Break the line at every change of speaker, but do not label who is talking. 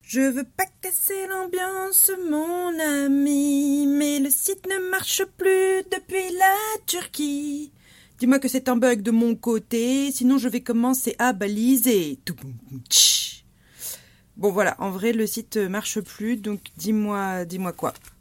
Je veux pas casser l'ambiance, mon ami, mais le site ne marche plus depuis la Turquie. Dis-moi que c'est un bug de mon côté, sinon je vais commencer à baliser. Bon voilà, en vrai le site marche plus, donc dis-moi quoi.